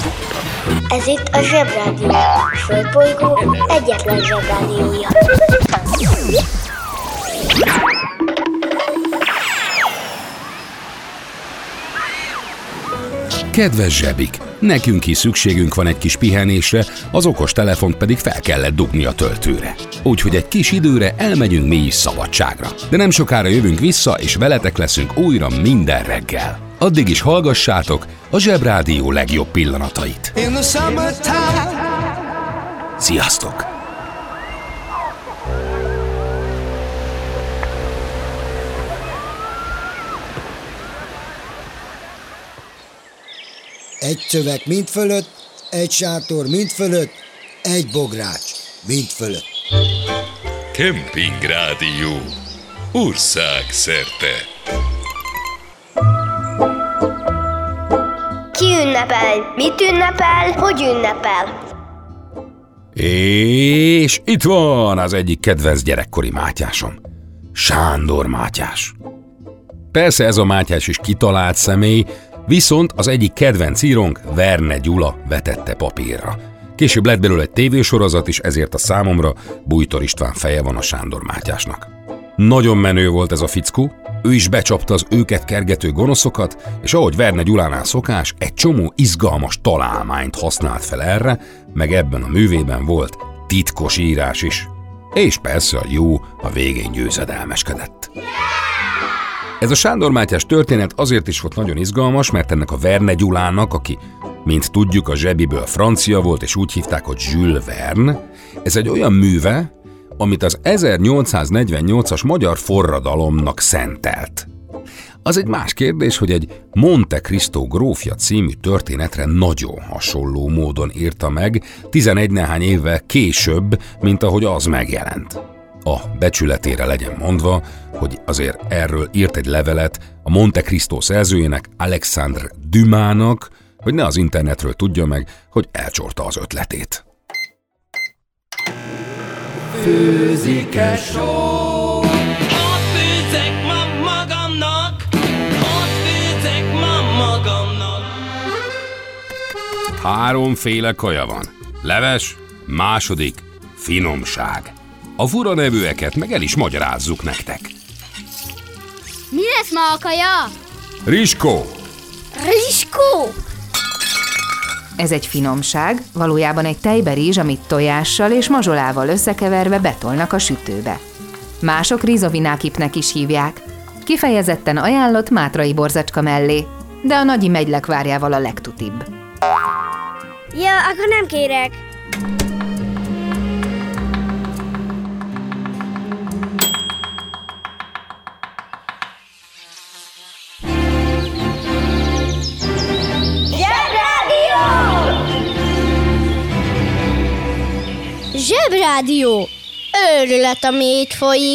Ez itt a Zsebrádió, a Földbolygó egyetlen Zsebrádiója. Kedves zsebik, nekünk is szükségünk van egy kis pihenésre, az okos telefont pedig fel kellett dugni a töltőre. Úgyhogy egy kis időre elmegyünk mi is szabadságra. De nem sokára jövünk vissza, és veletek leszünk újra minden reggel. Addig is hallgassátok a Zsebrádió legjobb pillanatait. Sziasztok! Egy szöveg mind fölött, egy sátor mind fölött, egy bogrács mind fölött. Kemping Rádió. Országszerte. Ki ünnepel? Mit ünnepel? Hogy ünnepel? És itt van az egyik kedvenc gyerekkori Mátyásom. Sándor Mátyás. Persze ez a Mátyás is kitalált személy, viszont az egyik kedvenc írónk, Verne Gyula vetette papírra. Később lett belőle egy tévésorozat is, ezért a számomra Bújtor István feje van a Sándor Mátyásnak. Nagyon menő volt ez a fickó, ő is becsapta az őket kergető gonoszokat, és ahogy Verne Gyulánál szokás, egy csomó izgalmas találmányt használt fel erre, meg ebben a művében volt titkos írás is. És persze a jó a végén győzedelmeskedett. Ez a Sándor Mátyás történet azért is volt nagyon izgalmas, mert ennek a Verne Gyulának, aki, mint tudjuk, a zsebiből francia volt, és úgy hívták, hogy Jules Verne, ez egy olyan műve, amit az 1848-as magyar forradalomnak szentelt. Az egy más kérdés, hogy egy Monte Cristo grófja című történetre nagyon hasonló módon írta meg 11 néhány évvel később, mint ahogy az megjelent. A becsületére legyen mondva, hogy azért erről írt egy levelet a Monte Cristo szerzőjének, Alexandre Dumasnak, hogy ne az internetről tudja meg, hogy elcsorta az ötletét. Főzik-e só? Ott főzek ma magamnak, ott főzek ma magamnak. Háromféle kaja van. Leves, második, finomság. A fura nevűeket meg el is magyarázzuk nektek. Mi lesz ma a kaja? Rizskó! Rizskó! Ez egy finomság, valójában egy tejberizs, amit tojással és mazsolával összekeverve betolnak a sütőbe. Mások rizovinákipnek is hívják. Kifejezetten ajánlott mátrai borzacska mellé, de a nagyi megylekvárjával a legtutibb. Ja, akkor nem kérek. Zsebrádió! Őrület, ami itt folyik!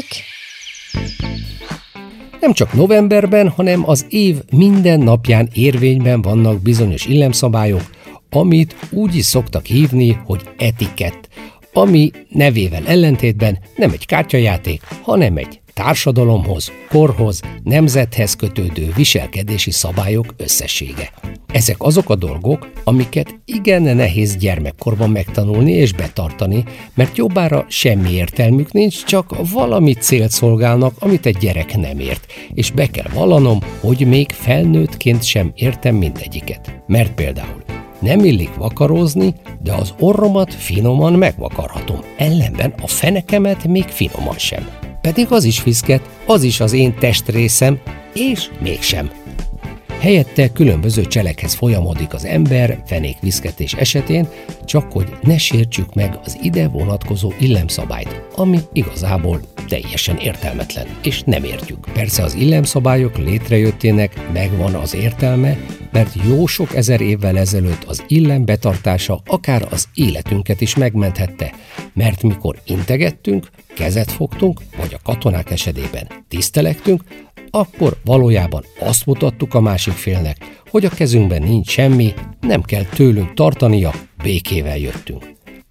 Nem csak novemberben, hanem az év minden napján érvényben vannak bizonyos illemszabályok, amit úgy is szoktak hívni, hogy etikett, ami nevével ellentétben nem egy kártyajáték, hanem egy társadalomhoz, korhoz, nemzethez kötődő viselkedési szabályok összessége. Ezek azok a dolgok, amiket igen nehéz gyermekkorban megtanulni és betartani, mert jobbára semmi értelmük nincs, csak valami célt szolgálnak, amit egy gyerek nem ért, és be kell vallanom, hogy még felnőttként sem értem mindegyiket. Mert például nem illik vakarózni, de az orromat finoman megvakarhatom, ellenben a fenekemet még finoman sem. Pedig az is viszket, az is az én testrészem, és mégsem. Helyette különböző cselekhez folyamodik az ember fenékviszketés esetén, csak hogy ne sértsük meg az ide vonatkozó illemszabályt, ami igazából teljesen értelmetlen, és nem értjük. Persze az illemszabályok létrejöttének megvan az értelme, mert jó sok ezer évvel ezelőtt az illem betartása akár az életünket is megmenthette, mert mikor integettünk, kezet fogtunk, vagy a katonák esetében tisztelegtünk, akkor valójában azt mutattuk a másik félnek, hogy a kezünkben nincs semmi, nem kell tőlünk tartania, békével jöttünk.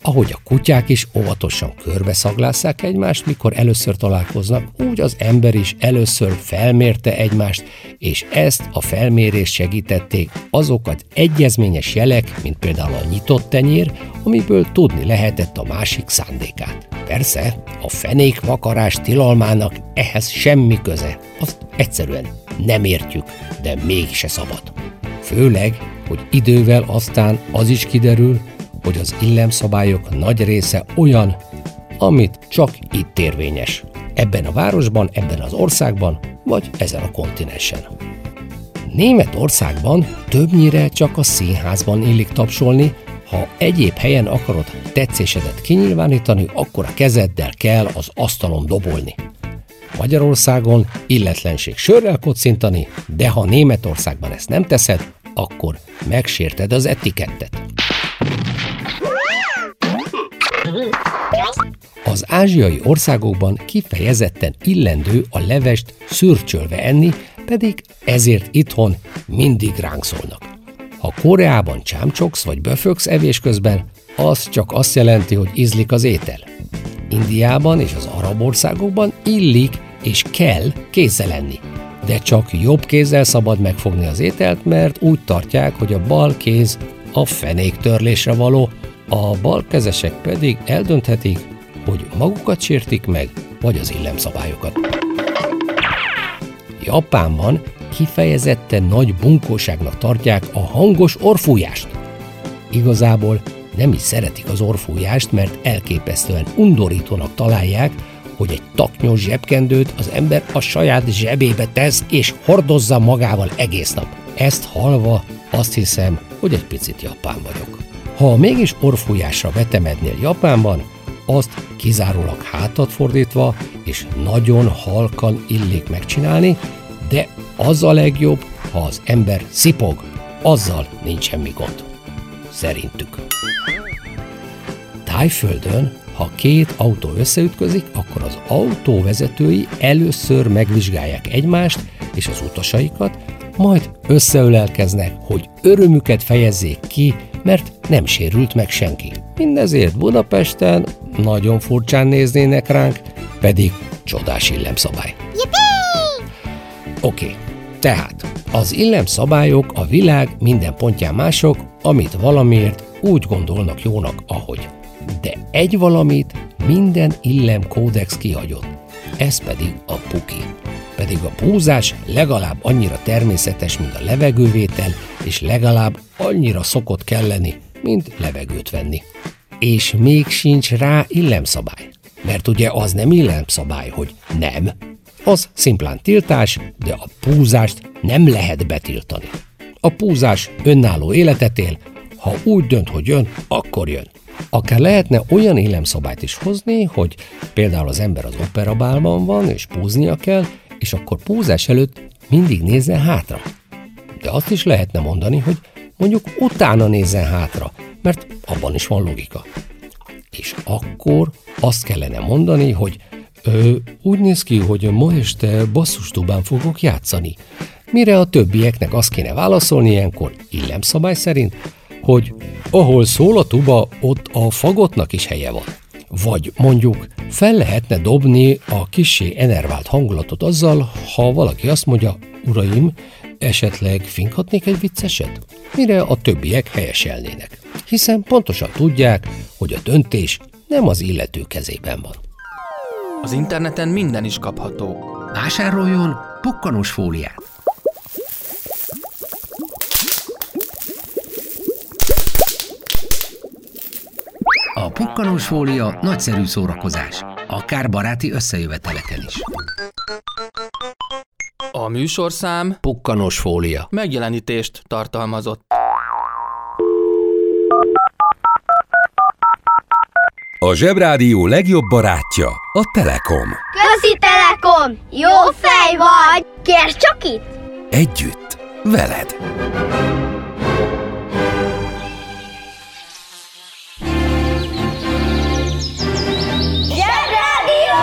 Ahogy a kutyák is óvatosan körbeszaglásszák egymást, mikor először találkoznak, úgy az ember is először felmérte egymást, és ezt a felmérést segítették azokat egyezményes jelek, mint például a nyitott tenyér, amiből tudni lehetett a másik szándékát. Persze, a fenékvakarás tilalmának ehhez semmi köze, azt egyszerűen nem értjük, de mégse szabad. Főleg, hogy idővel aztán az is kiderül, hogy az illemszabályok nagy része olyan, amit csak itt érvényes. Ebben a városban, ebben az országban, vagy ezen a kontinensen. Németországban többnyire csak a színházban illik tapsolni, ha egyéb helyen akarod tetszésedet kinyilvánítani, akkor a kezeddel kell az asztalon dobolni. Magyarországon illetlenség sörrel kocintani, de ha Németországban ezt nem teszed, akkor megsérted az etikettet. Az ázsiai országokban kifejezetten illendő a levest szürcsölve enni, pedig ezért itthon mindig ránk szólnak. Ha Koreában csámcsogsz vagy böfögsz evés közben, az csak azt jelenti, hogy ízlik az étel. Indiában és az arab országokban illik és kell kézzel enni, de csak jobb kézzel szabad megfogni az ételt, mert úgy tartják, hogy a bal kéz a fenéktörlésre való, a balkezesek pedig eldönthetik, hogy magukat sértik meg, vagy az illemszabályokat. Japánban kifejezetten nagy bunkóságnak tartják a hangos orrfújást. Igazából nem is szeretik az orrfújást, mert elképesztően undorítónak találják, hogy egy taknyos zsebkendőt az ember a saját zsebébe tesz és hordozza magával egész nap. Ezt hallva azt hiszem, hogy egy picit japán vagyok. Ha mégis orrfújásra vetemednél Japánban, azt kizárólag hátat fordítva és nagyon halkan illik megcsinálni, de az a legjobb, ha az ember szipog, azzal nincs semmi gond. Szerintük. Tájföldön, ha két autó összeütközik, akkor az autóvezetői először megvizsgálják egymást és az utasaikat, majd összeölelkeznek, hogy örömüket fejezzék ki, mert nem sérült meg senki. Mindezért Budapesten nagyon furcsán néznének ránk, pedig csodás illemszabály. Oké, tehát az illemszabályok a világ minden pontján mások, amit valamiért úgy gondolnak jónak, ahogy. De egy valamit minden illemkódex kihagyott, ez pedig a puki. Pedig a púzás legalább annyira természetes, mint a levegővétel, és legalább annyira szokott kelleni, mint levegőt venni. És még sincs rá illemszabály. Mert ugye az nem illemszabály, hogy nem. Az szimplán tiltás, de a púzást nem lehet betiltani. A púzás önálló életet él, ha úgy dönt, hogy jön, akkor jön. Akár lehetne olyan illemszabályt is hozni, hogy például az ember az operabálban van, és púznia kell, és akkor púzás előtt mindig nézzen hátra. De azt is lehetne mondani, hogy mondjuk utána nézzen hátra, mert abban is van logika. És akkor azt kellene mondani, hogy úgy néz ki, hogy ma este basszustubán fogok játszani. Mire a többieknek azt kéne válaszolni ilyenkor illemszabály szerint, hogy ahol szól a tuba, ott a fagotnak is helye van. Vagy mondjuk fel lehetne dobni a kissé enervált hangulatot azzal, ha valaki azt mondja, uraim, esetleg finkhatnék egy vicceset? Mire a többiek helyeselnének. Hiszen pontosan tudják, hogy a döntés nem az illető kezében van. Az interneten minden is kapható. Vásároljon pukkanós fóliát! A pukkanós fólia nagyszerű szórakozás, akár baráti összejöveteleken is. A műsorszám pukkanós fólia megjelenítést tartalmazott. A Zsebrádió legjobb barátja a Telekom. Közi Telekom! Jó fej vagy! Kérd csak itt! Együtt, veled! Zsebrádió!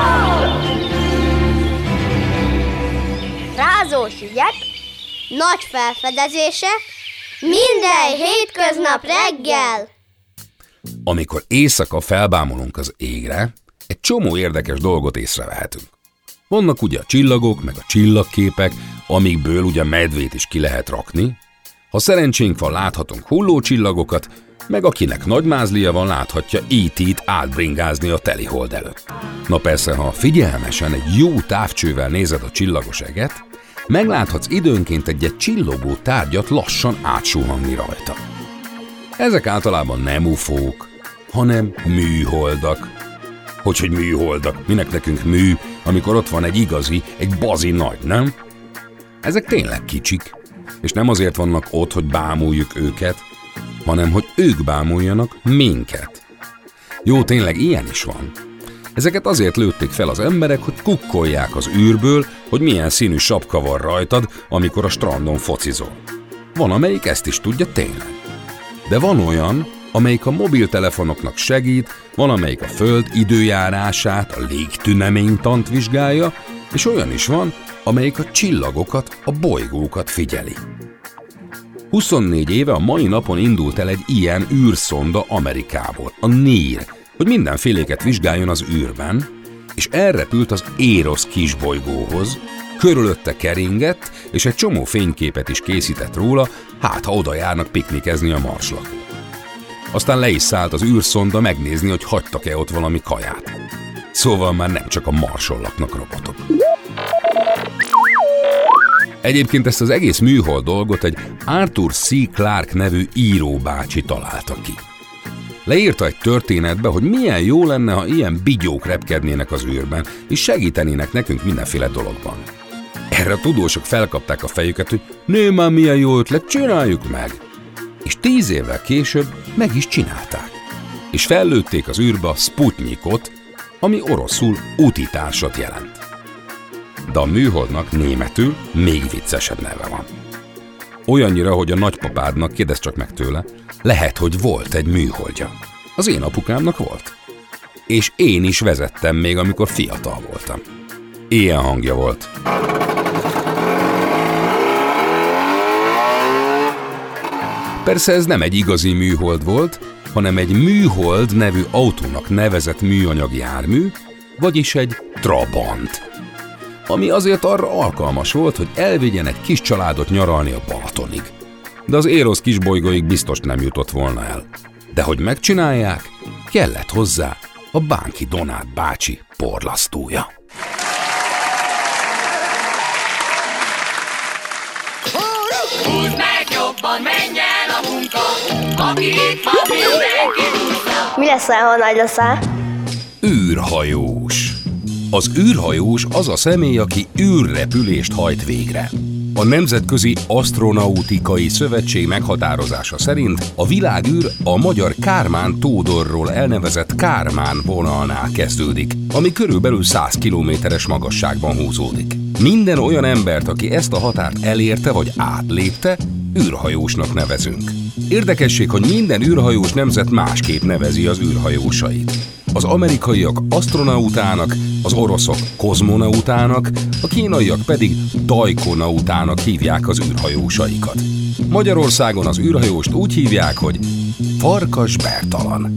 Rázós ügyek, nagy felfedezések, minden hétköznap reggel! Amikor éjszaka felbámulunk az égre, egy csomó érdekes dolgot észrevehetünk. Vannak ugye a csillagok, meg a csillagképek, amikből ugye medvét is ki lehet rakni. Ha szerencsénk van, láthatunk hullócsillagokat, meg akinek nagy mázlia van, láthatja E.T.-t átbringázni a telihold előtt. Na persze, ha figyelmesen egy jó távcsővel nézed a csillagos eget, megláthatsz időnként egy csillogó tárgyat lassan átsuhanni rajta. Ezek általában nem ufók, hanem műholdak. Hogy műholdak? Minek nekünk mű, amikor ott van egy igazi, egy bazi nagy, nem? Ezek tényleg kicsik, és nem azért vannak ott, hogy bámuljuk őket, hanem hogy ők bámuljanak minket. Jó, tényleg ilyen is van. Ezeket azért lőtték fel az emberek, hogy kukkolják az űrből, hogy milyen színű sapka van rajtad, amikor a strandon focizol. Van, amelyik ezt is tudja tényleg. De van olyan, amelyik a mobiltelefonoknak segít, van, amelyik a Föld időjárását, a légtüneménytant vizsgálja, és olyan is van, amelyik a csillagokat, a bolygókat figyeli. 24 éve a mai napon indult el egy ilyen űrszonda Amerikából, a NIR, hogy mindenféléket vizsgáljon az űrben, és elrepült az Eros kisbolygóhoz, körülötte keringett, és egy csomó fényképet is készített róla, hát ha oda járnak piknikezni a marslakók. Aztán le is szállt az űrszonda megnézni, hogy hagytak-e ott valami kaját. Szóval már nem csak a Marson laknak robotok. Egyébként ezt az egész műhold dolgot egy Arthur C. Clarke nevű íróbácsi találta ki. Leírta egy történetbe, hogy milyen jó lenne, ha ilyen bigyók repkednének az űrben, és segítenének nekünk mindenféle dologban. Erre a tudósok felkapták a fejüket, hogy nő már milyen jó ötlet, csináljuk meg! És 10 évvel később meg is csinálták. És fellőtték az űrbe a Sputnikot, ami oroszul útitársat jelent. De a műholdnak németül még viccesebb neve van. Olyannyira, hogy a nagypapádnak, kérdezz csak meg tőle, lehet, hogy volt egy műholdja. Az én apukámnak volt. És én is vezettem még, amikor fiatal voltam. Ilyen hangja volt. Persze ez nem egy igazi műhold volt, hanem egy műhold nevű autónak nevezett műanyag jármű, vagyis egy Trabant, ami azért arra alkalmas volt, hogy elvigyen egy kis családot nyaralni a Balatonig. De az Eros kisbolygóig biztos nem jutott volna el. De hogy megcsinálják, kellett hozzá a Bánki Donát bácsi porlasztója. Húzd meg jobban, menj el a munka, aki itt van, mindenki húzza. Mi leszel, ha nagy leszel? űrhajós. Az űrhajós az a személy, aki űrrepülést hajt végre. A Nemzetközi Asztronautikai Szövetség meghatározása szerint a világűr a magyar Kármán Tódorról elnevezett Kármán vonalnál kezdődik, ami körülbelül 100 kilométeres magasságban húzódik. Minden olyan embert, aki ezt a határt elérte vagy átlépte, űrhajósnak nevezünk. Érdekesség, hogy minden űrhajós nemzet másképp nevezi az űrhajósait. Az amerikaiak asztronautának, az oroszok kozmonautának, a kínaiak pedig dajkonautának hívják az űrhajósaikat. Magyarországon az űrhajóst úgy hívják, hogy Farkas Bertalan.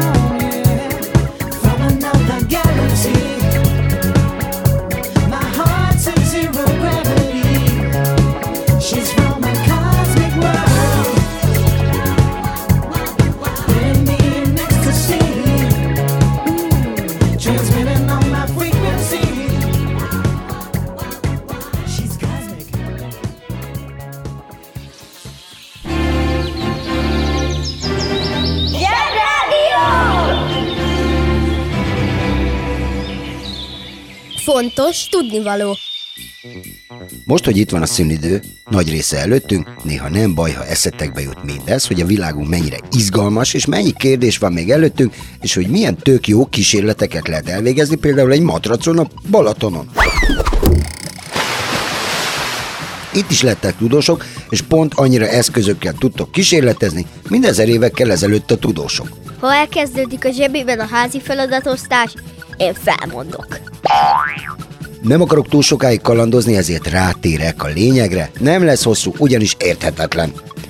My heart Fontos tudnivaló. Most, hogy itt van a szünidő, nagy része előttünk, néha nem baj, ha eszetekbe jut mindez, hogy a világunk mennyire izgalmas, és mennyi kérdés van még előttünk, és hogy milyen tök jó kísérleteket lehet elvégezni, például egy matracon a Balatonon. Itt is lettek tudósok, és pont annyira eszközökkel tudtok kísérletezni, mint 1000 évekkel ezelőtt a tudósok. Ha elkezdődik a zsebében a házi feladatosztás, én felmondok. Nem akarok túl sokáig kalandozni, ezért rátérek a lényegre, nem lesz hosszú, ugyanis érthetetlen.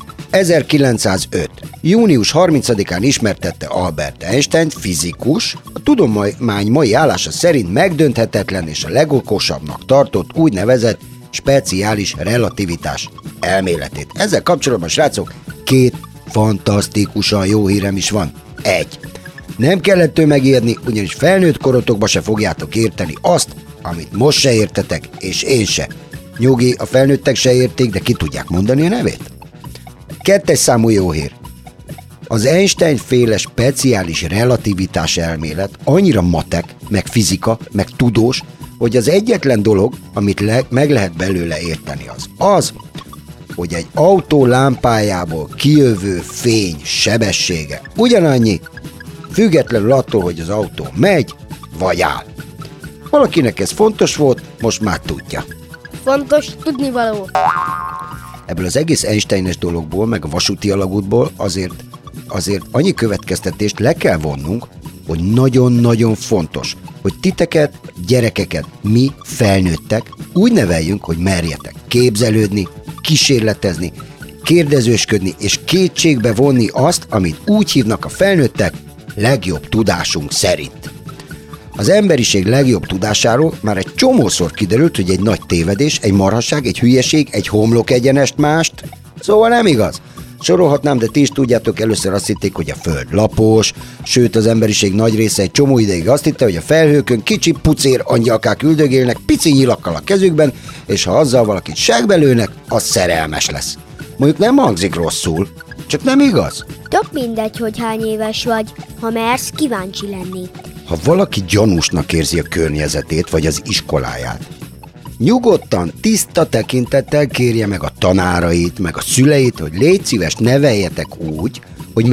1905. június 30-án ismertette Albert Einstein, fizikus, a tudomány mai állása szerint megdönthetetlen és a legokosabbnak tartott úgynevezett speciális relativitás elméletét. Ezzel kapcsolatban, srácok, 2 fantasztikusan jó hírem is van. 1. Nem kell ettől megijedni, ugyanis felnőtt korotokba se fogjátok érteni azt, amit most se értetek, és én se. Nyugi, a felnőttek se érték, de ki tudják mondani a nevét? 2. számú jó hír. Az Einstein-féle speciális relativitás elmélet annyira matek, meg fizika, meg tudós, hogy az egyetlen dolog, amit meg lehet belőle érteni az, hogy egy autó lámpájából kijövő fény sebessége ugyanannyi, függetlenül attól, hogy az autó megy, vagy áll. Valakinek ez fontos volt, most már tudja. Fontos tudnivaló. Ebből az egész Einstein-es dologból, meg a vasúti alagútból azért annyi következtetést le kell vonnunk, hogy nagyon-nagyon fontos, hogy titeket, gyerekeket, mi felnőttek úgy neveljünk, hogy merjetek képzelődni, kísérletezni, kérdezősködni és kétségbe vonni azt, amit úgy hívnak a felnőttek, legjobb tudásunk szerint. Az emberiség legjobb tudásáról már egy csomószor kiderült, hogy egy nagy tévedés, egy marhaság, egy hülyeség, egy homlok egyenest mást, szóval nem igaz. Sorolhatnám, de ti is tudjátok, először azt hitték, hogy a Föld lapos, sőt az emberiség nagy része egy csomó ideig azt hitte, hogy a felhőkön kicsi pucér angyalkák üldögélnek pici nyilakkal a kezükben, és ha azzal valakit segbe lőnek, az szerelmes lesz. Mondjuk nem hangzik rosszul, csak nem igaz. Tök mindegy, hogy hány éves vagy, ha mersz kíváncsi lenni. Ha valaki gyanúsnak érzi a környezetét vagy az iskoláját, nyugodtan, tiszta tekintettel kérje meg a tanárait, meg a szüleit, hogy légy szíves, neveljetek úgy, hogy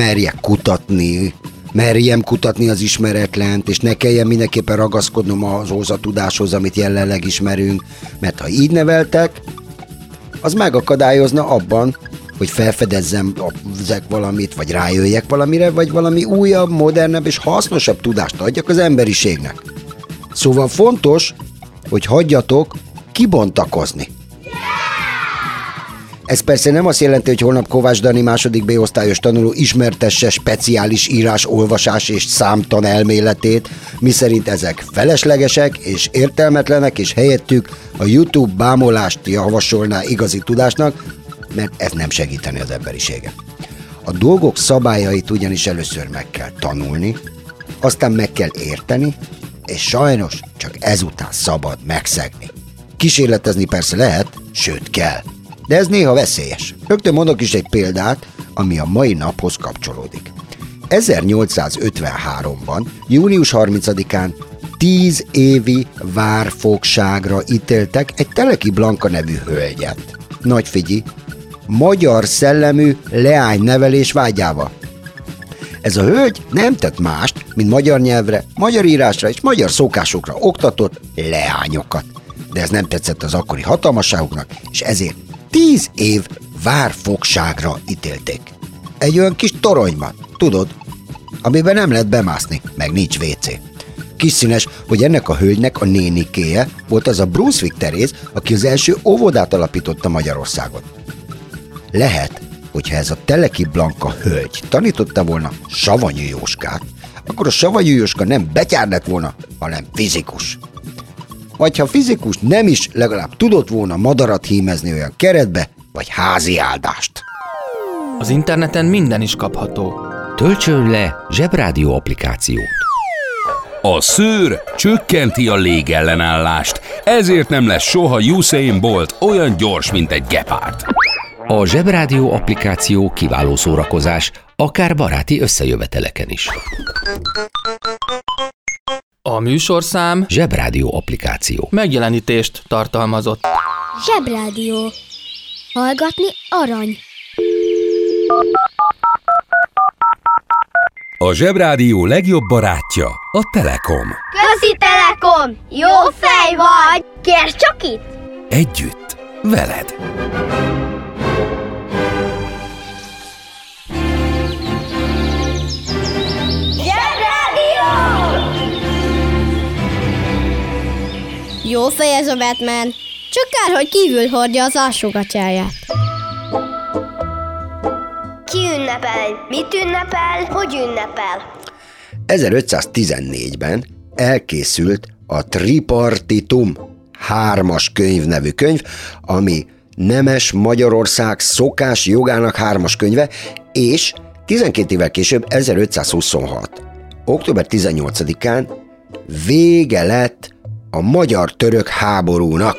merjem kutatni az ismeretlent, és ne kelljen mindenképpen ragaszkodnom ahhoz a tudáshoz, amit jelenleg ismerünk, mert ha így neveltek, az megakadályozna abban, hogy felfedezzem valamit, vagy rájöjjek valamire, vagy valami újabb, modernebb és hasznosabb tudást adjak az emberiségnek. Szóval fontos, hogy hagyjatok kibontakozni. Ez persze nem azt jelenti, hogy holnap Kovács Dani második B-osztályos tanuló ismertesse speciális írás, olvasás és számtan elméletét, miszerint ezek feleslegesek és értelmetlenek, és helyettük a YouTube bámulást javasolná igazi tudásnak, mert ez nem segíteni az emberiséget. A dolgok szabályait ugyanis először meg kell tanulni, aztán meg kell érteni, és sajnos csak ezután szabad megszegni. Kísérletezni persze lehet, sőt kell, de ez néha veszélyes. Rögtön mondok is egy példát, ami a mai naphoz kapcsolódik. 1853-ban, június 30-án 10 évi várfogságra ítéltek egy Teleki Blanka nevű hölgyet. Nagy figyi, magyar szellemű leánynevelés vágyával. Ez a hölgy nem tett mást, mint magyar nyelvre, magyar írásra és magyar szokásokra oktatott leányokat. De ez nem tetszett az akkori hatalmasságuknak, és ezért 10 év várfogságra ítélték. Egy olyan kis toronyban, tudod, amiben nem lehet bemászni, meg nincs WC. Kis színes, hogy ennek a hölgynek a nénikéje volt az a Brunswick Teréz, aki az első óvodát alapította Magyarországon. Lehet, hogyha ez a Teleki Blanka hölgy tanította volna Savanyú Jóskát, akkor a Savanyú Jóska nem betyár lett volna, hanem fizikus. Vagy ha fizikus nem is, legalább tudott volna madarat hímezni olyan keretbe, vagy házi áldást. Az interneten minden is kapható. Töltsön le Zsebrádió applikációt. A szőr csökkenti a légellenállást, ezért nem lesz soha Usain Bolt olyan gyors, mint egy gepárd. A Zsebrádió applikáció kiváló szórakozás, akár baráti összejöveteleken is. A műsorszám Zsebrádió applikáció. megjelenítést tartalmazott. Zsebrádió. Hallgatni arany. A Zsebrádió legjobb barátja a Telekom. Közi Telekom! Jó fej vagy! Kérd csak itt! Együtt, veled. Zsebrádió! Jó fej ez a Batman. Csak kár, hogy kívül hordja az alsógatyáját. Ki ünnepel? Mit ünnepel? Hogy ünnepel? 1514-ben elkészült a Tripartitum 3-as könyv nevű könyv, ami Nemes Magyarország szokás jogának 3-as könyve, és 12 évvel később, 1526. október 18-án vége lett a magyar-török háborúnak,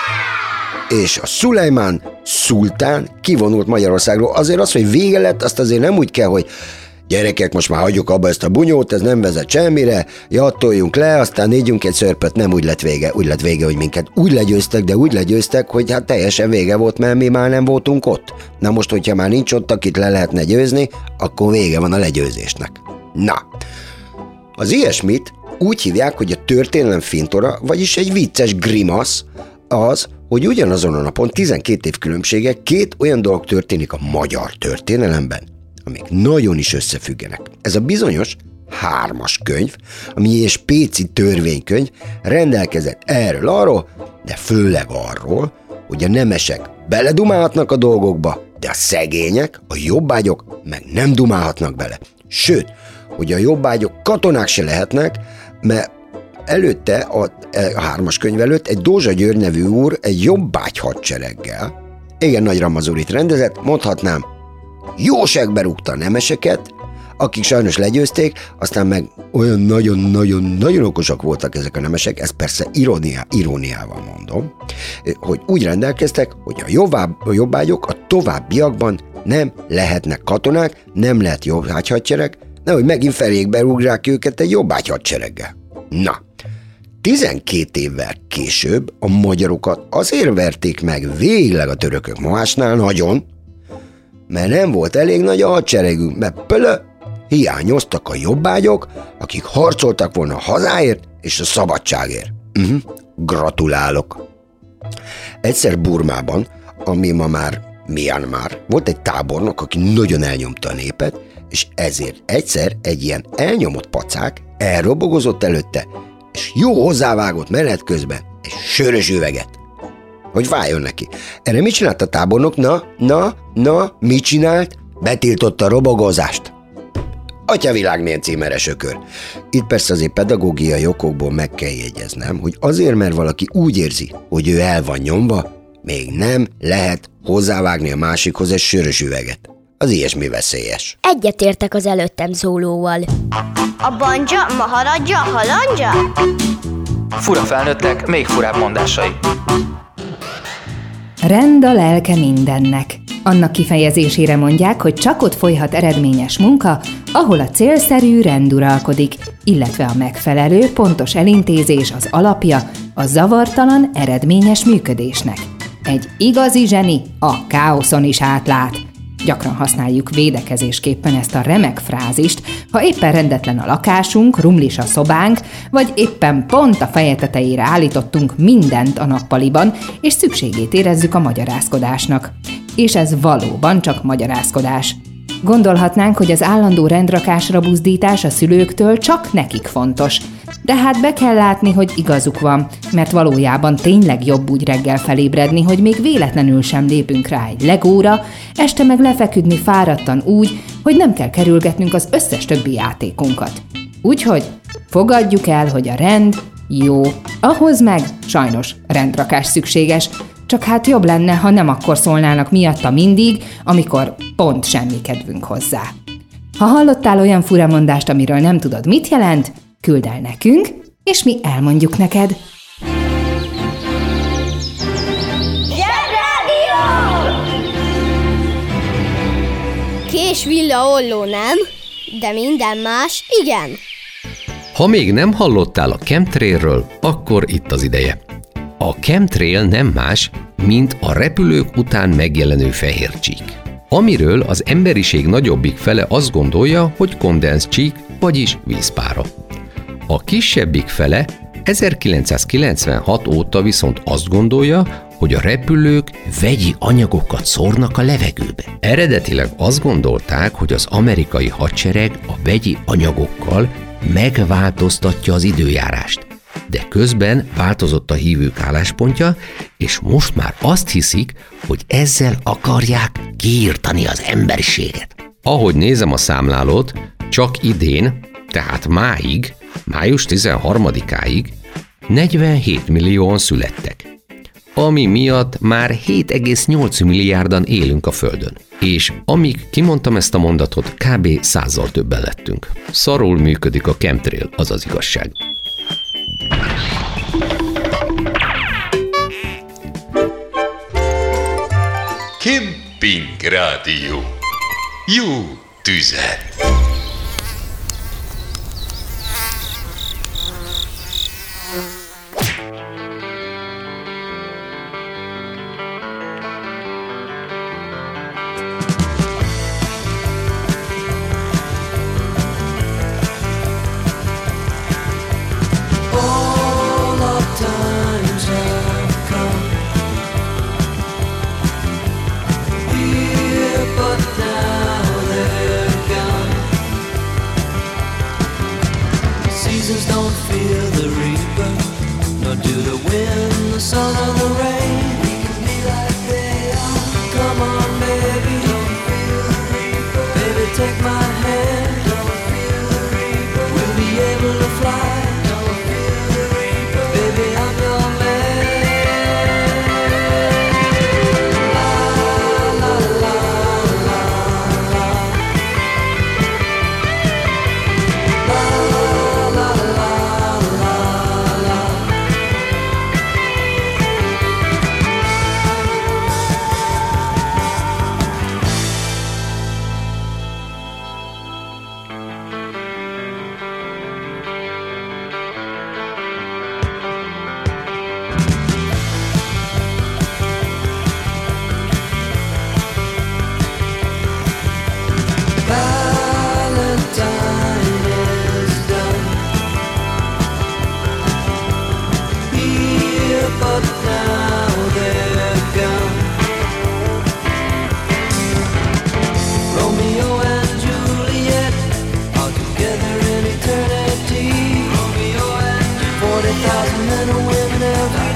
és a Szulejmán szultán kivonult Magyarországról. Azért az, hogy vége lett, azt azért nem úgy kell, hogy gyerekek, most már hagyjuk abba ezt a bunyót, ez nem vezet semmire, jattoljunk le, aztán négyünk egy szörpöt. Nem úgy lett vége, hogy minket úgy legyőztek, de úgy legyőztek, hogy hát teljesen vége volt, mert mi már nem voltunk ott. Na most, hogyha már nincs ott, akit le lehetne győzni, akkor vége van a legyőzésnek. Na, az ilyesmit úgy hívják, hogy a történelem fintora, vagyis egy vicces grimasz, az, hogy ugyanazon a napon 12 év különbsége két olyan dolog történik a magyar történelemben, amik nagyon is összefüggenek. Ez a bizonyos 3-as könyv, ami egy spéci törvénykönyv rendelkezett erről-arról, de főleg arról, hogy a nemesek beledumálhatnak a dolgokba, de a szegények, a jobbágyok meg nem dumálhatnak bele. Sőt, hogy a jobbágyok katonák se lehetnek, mert előtte, a 3-as könyv előtt egy Dózsa György nevű úr egy jobbágy hadsereggel, igen nagy ramazurit rendezett, mondhatnám, jóságbe rúgta a nemeseket, akik sajnos legyőzték, aztán meg olyan nagyon-nagyon-nagyon okosak voltak ezek a nemesek, ezt persze iróniával mondom, hogy úgy rendelkeztek, hogy a jobbágyok a továbbiakban nem lehetnek katonák, nem lehet jobbágy hadsereg, nehogy megint felékbe rúgrák őket egy jobbágy hadsereggel. Na, 12 évvel később a magyarokat azért verték meg végleg a törökök másnál nagyon, mert nem volt elég nagy a hadseregünk, mert hiányoztak a jobbágyok, akik harcoltak volna a hazáért és a szabadságért. Gratulálok! Egyszer Burmában, ami ma már Myanmar, volt egy tábornok, aki nagyon elnyomta a népet, és ezért egyszer egy ilyen elnyomott pacák elrobogozott előtte, és jó hozzávágott menet közben egy sörös üveget, hogy váljon neki. Erre mit csinált a tábornok? Mit csinált? Betiltotta a robogozást. Atyavilág, milyen címeres ökör. Itt persze azért pedagógiai okokból meg kell jegyeznem, hogy azért, mert valaki úgy érzi, hogy ő el van nyomva, még nem lehet hozzávágni a másikhoz egy sörös üveget. Az ilyesmi veszélyes. Egyetértek az előttem szólóval. A banja, maharadja, halandja? Fura felnőttek, még furább mondásai. Rend a lelke mindennek. Annak kifejezésére mondják, hogy csak ott folyhat eredményes munka, ahol a célszerű rend uralkodik, illetve a megfelelő, pontos elintézés az alapja a zavartalan, eredményes működésnek. Egy igazi zseni a káoszon is átlát. Gyakran használjuk védekezésképpen ezt a remek frázist, ha éppen rendetlen a lakásunk, rumlis a szobánk, vagy éppen pont a feje tetejére állítottunk mindent a nappaliban, és szükségét érezzük a magyarázkodásnak. És ez valóban csak magyarázkodás. Gondolhatnánk, hogy az állandó rendrakásra buzdítás a szülőktől csak nekik fontos. De hát be kell látni, hogy igazuk van, mert valójában tényleg jobb úgy reggel felébredni, hogy még véletlenül sem lépünk rá egy legóra, este meg lefeküdni fáradtan úgy, hogy nem kell kerülgetnünk az összes többi játékunkat. Úgyhogy fogadjuk el, hogy a rend jó. Ahhoz meg sajnos rendrakás szükséges, csak hát jobb lenne, ha nem akkor szólnának miatta mindig, amikor pont semmi kedvünk hozzá. Ha hallottál olyan furamondást, amiről nem tudod, mit jelent, küld el nekünk, és mi elmondjuk neked. Zsebrádió! Kés, villa, olló nem, de minden más igen. Ha még nem hallottál a chemtrailről, akkor itt az ideje. A chemtrail nem más, mint a repülők után megjelenő fehér csík, amiről az emberiség nagyobbik fele azt gondolja, hogy kondenszcsík, vagyis vízpára. A kisebbik fele 1996 óta viszont azt gondolja, hogy a repülők vegyi anyagokat szórnak a levegőbe. Eredetileg azt gondolták, hogy az amerikai hadsereg a vegyi anyagokkal megváltoztatja az időjárást. De közben változott a hívők álláspontja, és most már azt hiszik, hogy ezzel akarják kiirtani az emberiséget. Ahogy nézem a számlálót, csak idén, tehát május 13-áig 47 millióan születtek, ami miatt már 7,8 milliárdan élünk a Földön. És amíg kimondtam ezt a mondatot, kb. 100-zal többen lettünk. Szarul működik a chemtrail, az az igazság. Kemping Rádió. Jó tüzet! Seasons don't fear the reaper, nor do the wind, the sun, or the rain. We can be like they are. Come on, baby, don't fear the reaper. Baby, take my hand, don't fear the reaper. We'll be able to fly, don't fear the reaper. Baby, I'm your man. La la la la la. Valentine is done here, but now they're gone. Romeo and Juliet are together in eternity. Romeo and 40,000 men and women every